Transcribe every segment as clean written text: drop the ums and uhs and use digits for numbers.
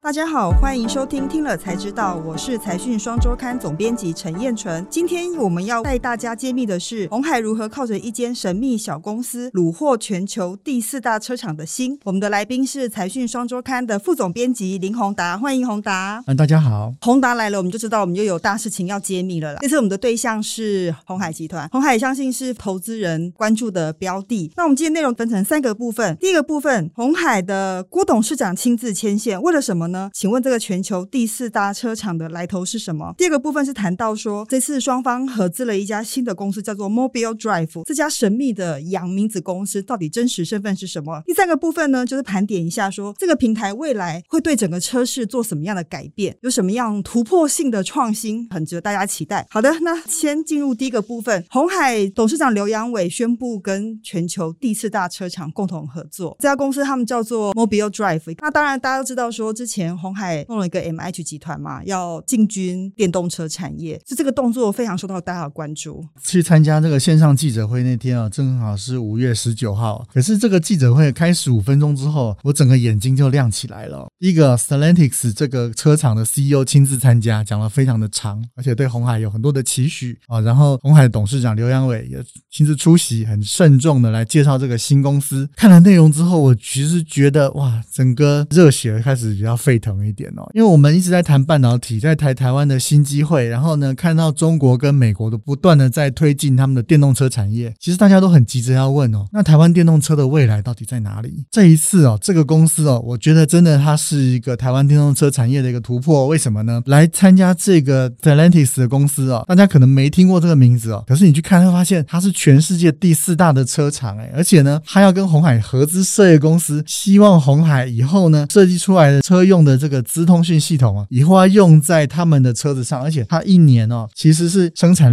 大家好，欢迎收听听了才知道，我是财讯双周刊总编辑陈燕纯。今天我们要带大家揭秘的是鸿海如何靠着一间神秘小公司虏获全球第4大车厂的心。我们的来宾是财讯双周刊的副总编辑林宏达，欢迎宏达。 大家好。 宏达来了，我们就知道我们又有大事情要揭秘了啦。这次我们的对象是鸿海集团，鸿海相信是投资人关注的标的。那我们今天内容分成3个部分。第一个部分，鸿海的郭董事长亲自牵线，为了什么呢？请问这个全球第4大车厂的来头是什么？第二个部分是谈到说，这次双方合资了一家新的公司，叫做 Mobile Drive， 这家神秘的洋名字公司到底真实身份是什么？第3个部分呢，就是盘点一下说，这个平台未来会对整个车市做什么样的改变，有什么样突破性的创新，很值得大家期待。好的，那先进入第一个部分。鸿海董事长刘扬伟宣布跟全球第4大车厂共同合作，这家公司他们叫做 Mobile Drive。 那当然大家都知道说，之前鸿海弄了一个 MH 集团嘛，要进军电动车产业，所以这个动作非常受到大家的关注。 去参加这个线上记者会那天正好是5月19号，可是这个记者会开始5分钟之后，我整个眼睛就亮起来了。第一个 Stellantis 这个车厂的 CEO 亲自参加，讲了非常的长，而且对鸿海有很多的期许然后鸿海的董事长刘扬伟也亲自出席，很慎重的来介绍这个新公司。看了内容之后，我其实觉得哇，整个热血开始比较沸腾一点因为我们一直在谈半导体，在台湾的新机会，然后呢看到中国跟美国的不断的在推进他们的电动车产业，其实大家都很急着要问那台湾电动车的未来到底在哪里？这一次这个公司我觉得真的它是一个台湾电动车产业的一个突破。为什么呢？来参加这个 Stellantis 的公司大家可能没听过这个名字可是你去看会发现它是全世界第4大的车厂而且呢它要跟鸿海合资设业公司，希望鸿海以后呢设计出来的车用的这个资通讯系统以后要用在他们的车子上，而且它一年其实是生产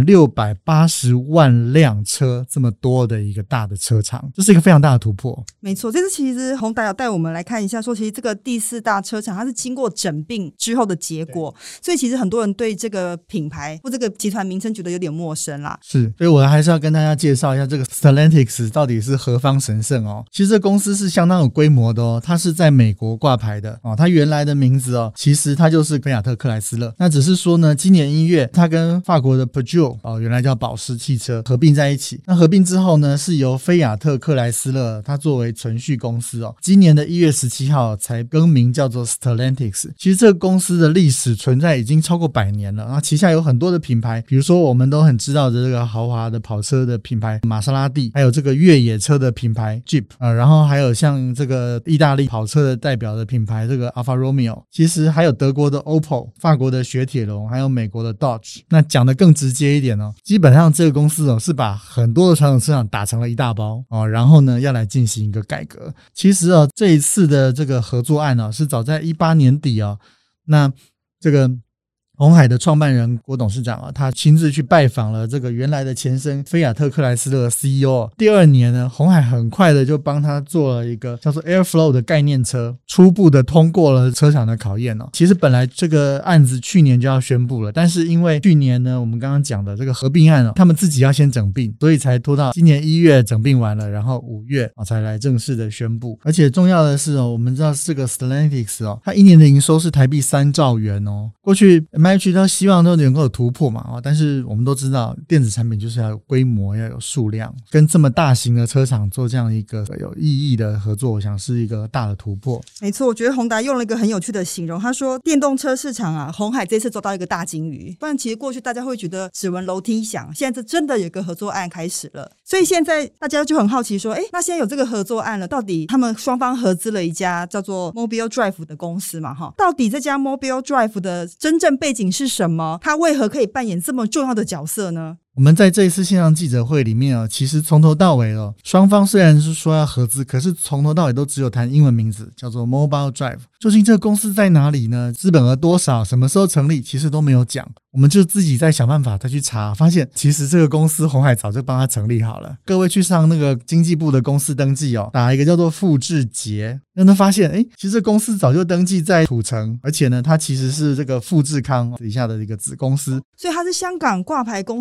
680万辆车，这么多的一个大的车厂，这是一个非常大的突破。 没错，这次其实宏达有带我们来看一下说，其实这个第4大车厂它是经过整并之后的结果，所以其实很多人对这个品牌或这个集团名称觉得有点陌生啦。 是，所以我还是要跟大家介绍一下这个 Stellantis 到底是何方神圣其实这公司是相当有规模的它是在美国挂牌的它原来的名字其实它就是菲亚特克莱斯勒，那只是说呢今年1月它跟法国的 Peugeot 原来叫保时汽车合并在一起，那合并之后呢是由菲亚特克莱斯勒它作为存续公司今年的1月17号才更名叫做 Stellantis。 其实这个公司的历史存在已经超过100年了，然后旗下有很多的品牌，比如说我们都很知道的这个豪华的跑车的品牌玛莎拉蒂，还有这个越野车的品牌 Jeep 然后还有像这个意大利跑车的代表的品牌这个 Alfa Romeo， 其实还有德国的 Opel， 法国的雪铁龙，还有美国的 Dodge。 那讲得更直接一点基本上这个公司是把很多的传统车厂打成了一大包然后呢要来进行一个改革。其实这一次的这个合作案是早在18年底那这个鸿海的创办人郭董事长他亲自去拜访了这个原来的前身菲亚特克莱斯勒的 CEO。 第2年呢，鸿海很快的就帮他做了一个叫做 Airflow 的概念车，初步的通过了车厂的考验其实本来这个案子去年就要宣布了，但是因为去年呢我们刚刚讲的这个合并案他们自己要先整并，所以才拖到今年1月整并完了，然后5月才来正式的宣布。而且重要的是我们知道这个 Stellantis 它1年的营收是台币3兆元过去MH 都希望都能够有突破嘛但是我们都知道电子产品就是要有规模，要有数量，跟这么大型的车厂做这样一个有意义的合作，我想是一个大的突破。 没错，我觉得宏达用了一个很有趣的形容，他说电动车市场鸿海这次做到一个大金鱼，不然其实过去大家会觉得只闻楼梯响，现在这真的有一个合作案开始了。所以现在大家就很好奇说那现在有这个合作案了，到底他们双方合资了一家叫做 Mobile Drive 的公司嘛到底这家 Mobile Drive 的真正背景是什么？它为何可以扮演这么重要的角色呢？ 我们在这一次线上记者会里面其实从头到尾双方虽然是说要合资，可是从头到尾都只有谈英文名字，叫做 Mobile Drive。 究竟这个公司在哪里呢？资本额多少？什么时候成立？其实都没有讲。我们就自己再想办法再去查，发现其实这个公司鸿海早就帮他成立好了。各位去上那个经济部的公司登记打一个叫做富智捷，让他发现其实这公司早就登记在土城，而且呢它其实是这个富智康底下的一个子公司， 所以它是香港挂牌公司的台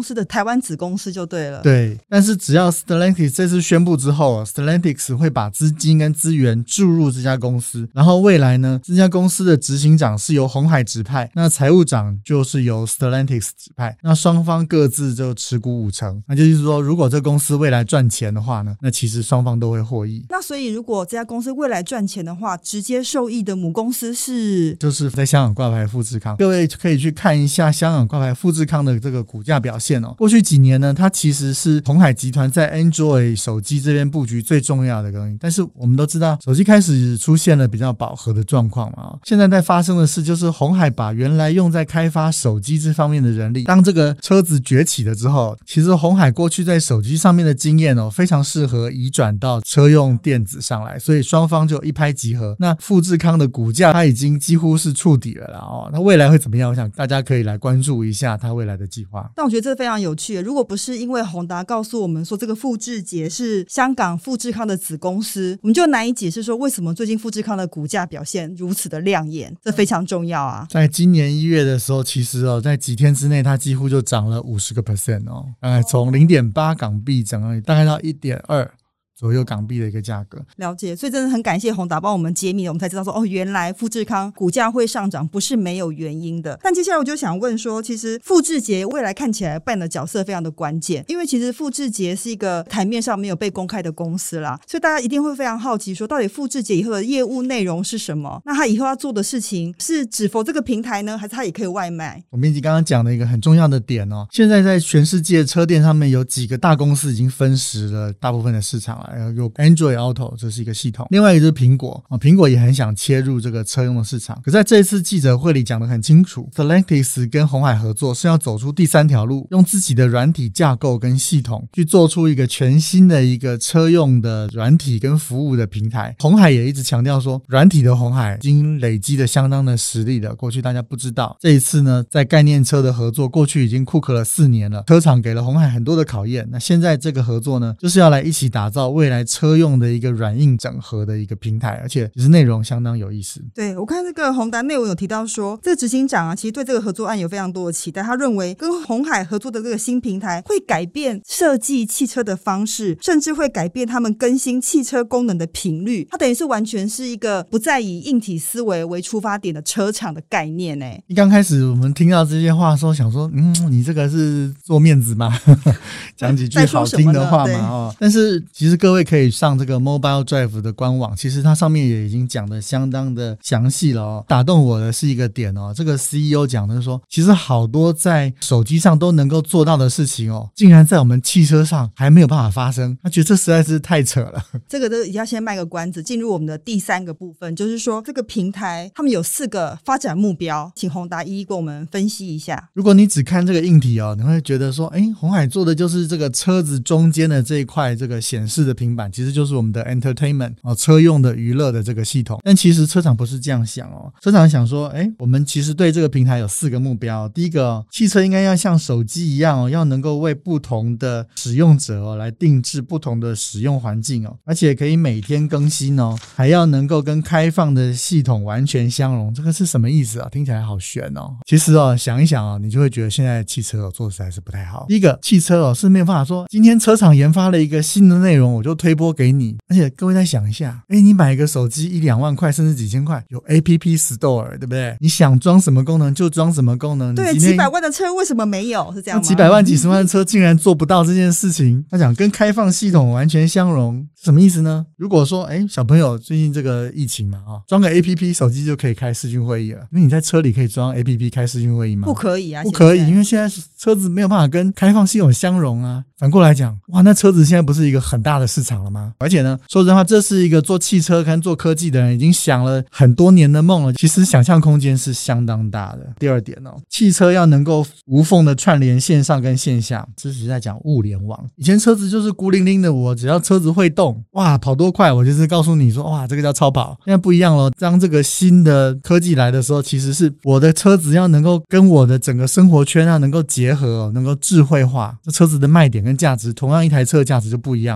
湾子公司就对了。 对，但是只要 Stellantis 这次宣布之后 Stellantis 会把资金跟资源注入这家公司，然后未来呢，这家公司的执行长是由鸿海指派，那财务长就是由 Stellantis 指派，那双方各自就持股50%，那就是说如果这公司未来赚钱的话呢，那其实双方都会获益。 那所以如果这家公司未来赚钱的话，直接受益的母公司就是在香港挂牌富士康。各位可以去看一下香港挂牌富士康的这个股价表现哦。过去几年呢，它其实是鸿海集团在 Android 手机这边布局最重要的东西，但是我们都知道手机开始出现了比较饱和的状况嘛。现在在发生的事就是鸿海把原来用在开发手机这方面的人力，当这个车子崛起了之后，其实鸿海过去在手机上面的经验哦，非常适合移转到车用电子上来，所以双方就一拍即合。那富士康的股价它已经几乎是触底了啦哦，那未来会怎么样？我想大家可以来关注一下它未来的计划。 但我觉得这非常有趣，如果不是因为宏达告诉我们说这个富智捷是香港富士康的子公司，我们就难以解释说为什么最近富士康的股价表现如此的亮眼，这非常重要啊。 在今年1月的时候，其实在几天之内它几乎就涨了50%哦，大概从 0.8 港币涨到大概到 1.2左右港币的一个价格。 了解，所以真的很感谢宏达帮我们揭秘，我们才知道说原来富士康股价会上涨不是没有原因的。但接下来我就想问说，其实富智捷未来看起来扮的角色非常的关键，因为其实富智捷是一个台面上没有被公开的公司啦，所以大家一定会非常好奇说到底富智捷以后的业务内容是什么，那他以后要做的事情是只否这个平台呢，还是他也可以外卖？ 我们已经刚刚讲的一个很重要的点哦，现在在全世界车店上面有几个大公司已经分食了大部分的市场了，有 Android Auto 这是一个系统，另外一个就是苹果苹果也很想切入这个车用的市场，可在这一次记者会里讲得很清楚， Stellantis 跟鸿海合作是要走出第三条路，用自己的软体架构跟系统去做出一个全新的一个车用的软体跟服务的平台。鸿海也一直强调说，软体的鸿海已经累积了相当的实力了，过去大家不知道，这一次呢在概念车的合作过去已经库克了4年了，车厂给了鸿海很多的考验，那现在这个合作呢就是要来一起打造未来车用的一个软硬整合的一个平台，而且其实内容相当有意思。 对，我看这个宏达内文有提到说，这个执行长其实对这个合作案有非常多的期待，他认为跟鸿海合作的这个新平台会改变设计汽车的方式，甚至会改变他们更新汽车功能的频率，它等于是完全是一个不再以硬体思维为出发点的车厂的概念。 一刚开始我们听到这些话的时候想说你这个是做面子吗？讲几句好听的话嘛但是其实各位可以上这个 Mobile Drive 的官网，其实它上面也已经讲得相当的详细了打动我的是一个点这个 CEO 讲的是说，其实好多在手机上都能够做到的事情竟然在我们汽车上还没有办法发生，他觉得这实在是太扯了。 这个都要先卖个关子，进入我们的第3个部分，就是说这个平台他们有4个发展目标，请宏达一一跟我们分析一下。 如果你只看这个硬体你会觉得说鸿海做的就是这个车子中间的这一块这个显示的平板，其实就是我们的 entertainment 车用的娱乐的这个系统。但其实车厂不是这样想车厂想说我们其实对这个平台有4个目标。第一个汽车应该要像手机一样要能够为不同的使用者来定制不同的使用环境而且可以每天更新还要能够跟开放的系统完全相容。这个是什么意思听起来好悬其实想一想你就会觉得现在汽车做的实在是不太好。第一个，汽车是没有办法说今天车厂研发了一个新的内容我就推播给你，而且各位再想一下你买一个手机1-2万块甚至几千块，有 APP Store 对不对？你想装什么功能就装什么功能。 对，几百万的车为什么没有？是这样吗？ 几百万几十万的车竟然做不到这件事情。他讲跟开放系统完全相容，什么意思呢？如果说小朋友最近这个疫情嘛装个 APP 手机就可以开视讯会议了，因为你在车里可以装 APP 开视讯会议吗？ 不可以啊， 不可以，因为现在车子没有办法跟开放系统相容啊。反过来讲，哇，那车子现在不是一个很大的市场了吗？而且呢，说真话，这是一个做汽车跟做科技的人已经想了很多年的梦了，其实想象空间是相当大的。第二点汽车要能够无缝的串联线上跟线下，这是在讲物联网。以前车子就是孤零零的，我只要车子会动，哇，跑多快，我就是告诉你说，哇，这个叫超跑。现在不一样了，当这个新的科技来的时候，其实是我的车子要能够跟我的整个生活圈要能够结合能够智慧化，这车子的卖点跟价值，同样一台车的价值就不一样了。然后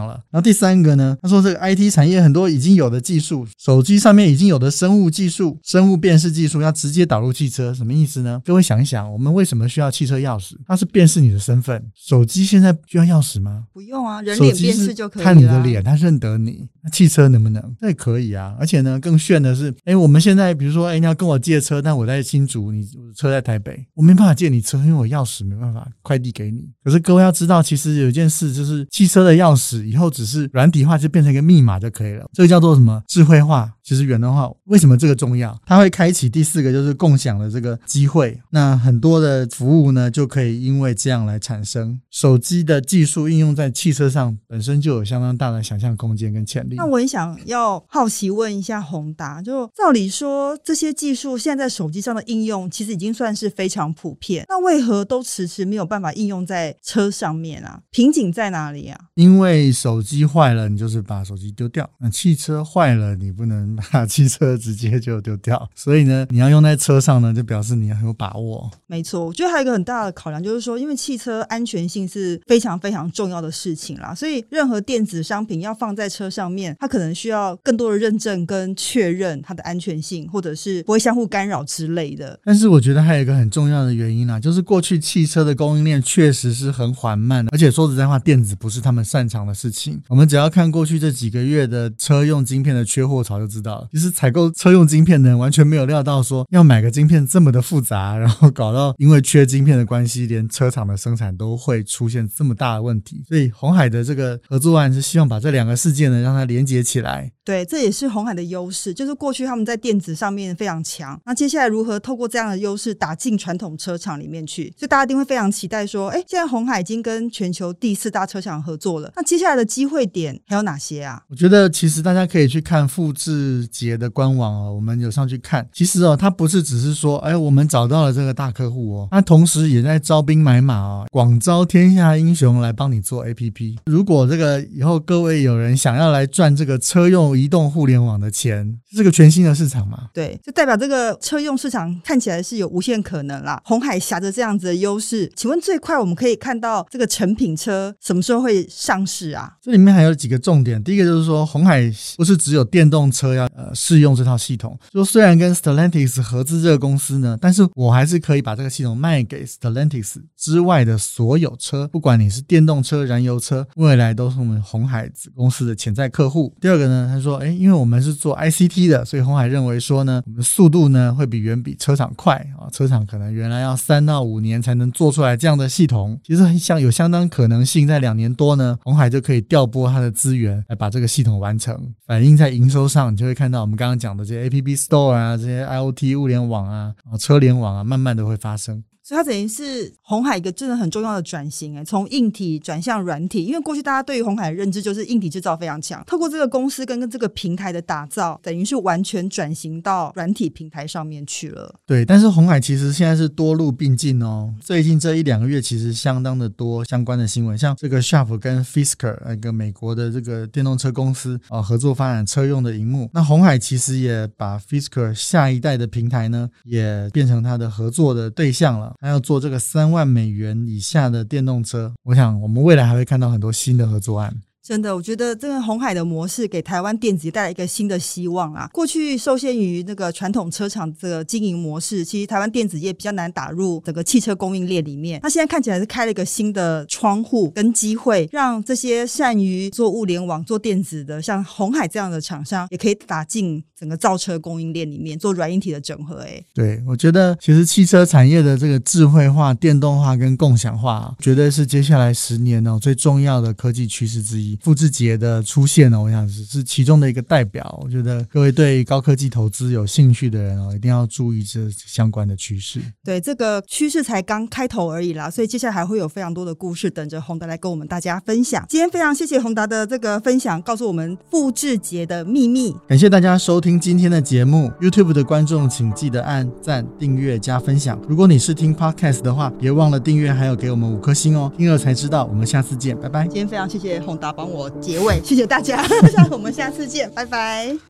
第三个呢，他说这个 IT 产业很多已经有的技术，手机上面已经有的生物技术、生物辨识技术要直接导入汽车，什么意思呢？各位想一想，我们为什么需要汽车钥匙？它是辨识你的身份。手机现在需要钥匙吗？ 不用啊，人脸辨识就可以了。 看你的脸，它认得你。那汽车能不能？这也可以啊。而且呢，更炫的是，我们现在比如说，你要跟我借车，但我在新竹，你车在台北，我没办法借你车，因为我钥匙没办法快递给你。可是各位要知道，其实有一件事，就是汽车的钥匙以后只是软体化，就变成一个密码就可以了。这个叫做什么？智慧化。其实远端化为什么这个重要？它会开启第四个就是共享的这个机会。那很多的服务呢，就可以因为这样来产生。手机的技术应用在汽车上，本身就有相当大的想象空间跟潜力。 那我很想要好奇问一下宏达，就照理说这些技术现在在手机上的应用其实已经算是非常普遍，那为何都迟迟没有办法应用在车上面啊？瓶颈在哪里啊？ 因为手机坏了，你就是把手机丢掉；那汽车坏了，你不能把汽车直接就丢掉。所以呢，你要用在车上呢，就表示你很有把握。 没错，我觉得还有一个很大的考量就是说，因为汽车安全性是非常非常重要的事情啦，所以任何电子商品要放在车上面，它可能需要更多的认证跟确认它的安全性，或者是不会相互干扰之类的。 但是我觉得还有一个很重要的原因啦，就是过去汽车的供应链确实是很缓慢的，而且说实在话，电子不是他们擅长的事情。我们只要看过去这几个月的车用晶片的缺货潮就知道了，其实采购车用晶片的人完全没有料到说要买个晶片这么的复杂，然后搞到因为缺晶片的关系，连车厂的生产都会出现这么大的问题。所以鸿海的这个合作案是希望把这两个事件呢让它连接起来。 对，这也是鸿海的优势，就是过去他们在电子上面非常强，那接下来如何透过这样的优势打进传统车厂里面去，所以大家一定会非常期待说，现在鸿海已经跟全球第4大车厂合作了，那接下来的机会点还有哪些啊？ 我觉得其实大家可以去看富智捷的官网哦，我们有上去看，其实它不是只是说我们找到了这个大客户哦，它同时也在招兵买马哦，广招天下英雄来帮你做 APP。 如果这个以后各位有人想要来赚这个车用移动互联网的钱，是个全新的市场嘛？ 对，就代表这个车用市场看起来是有无限可能啦。鸿海挟着这样子的优势，请问最快我们可以看到这个成品车什么时候会上市啊？ 这里面还有几个重点，第一个就是说鸿海不是只有电动车要试用这套系统，就虽然跟 Stellantis 合资这个公司呢，但是我还是可以把这个系统卖给 Stellantis 之外的所有车，不管你是电动车、燃油车，未来都是我们鸿海子公司的潜在客户。第二个呢，他说因为我们是做 ICT 的，所以鸿海认为说呢，我们速度呢会远比车厂快车厂可能原来要3到5年才能做出来这样的系统，其实有相当可能性在2年多呢，鸿海就可以调拨它的资源来把这个系统完成，反映在营收上，你就会看到我们刚刚讲的这些 App Store 啊，这些 IoT 物联网啊、车联网啊，慢慢的会发生。 所以它等于是鸿海一个真的很重要的转型，从硬体转向软体，因为过去大家对于鸿海的认知就是硬体制造非常强，透过这个公司跟这个平台的打造，等于是完全转型到软体平台上面去了。 对，但是鸿海其实现在是多路并进哦，最近这1-2个月其实相当的多相关的新闻，像这个 Sharp 跟 Fisker 一个美国的这个电动车公司合作发展车用的萤幕，那鸿海其实也把 Fisker 下一代的平台呢也变成它的合作的对象了，他要做这个3万美元以下的电动车，我想我们未来还会看到很多新的合作案。 真的，我觉得这个鸿海的模式给台湾电子带来一个新的希望啊！过去受限于那个传统车厂这个经营模式，其实台湾电子业比较难打入整个汽车供应链里面。那现在看起来是开了一个新的窗户跟机会，让这些善于做物联网、做电子的，像鸿海这样的厂商，也可以打进整个造车供应链里面，做软硬体的整合。 对，我觉得其实汽车产业的这个智慧化、电动化跟共享化，绝对是接下来10年最重要的科技趋势之一。富智捷的出现我想是其中的一个代表。我觉得各位对高科技投资有兴趣的人一定要注意这相关的趋势。 对，这个趋势才刚开头而已啦，所以接下来还会有非常多的故事等着宏达来跟我们大家分享。今天非常谢谢宏达的这个分享，告诉我们富智捷的秘密。 感谢大家收听今天的节目， YouTube 的观众请记得按赞、订阅加分享。如果你是听 Podcast 的话，别忘了订阅还有给我们5颗星哦，听了才知道。我们下次见，拜拜。 今天非常谢谢宏达帮我结尾，谢谢大家我们下次见，拜拜。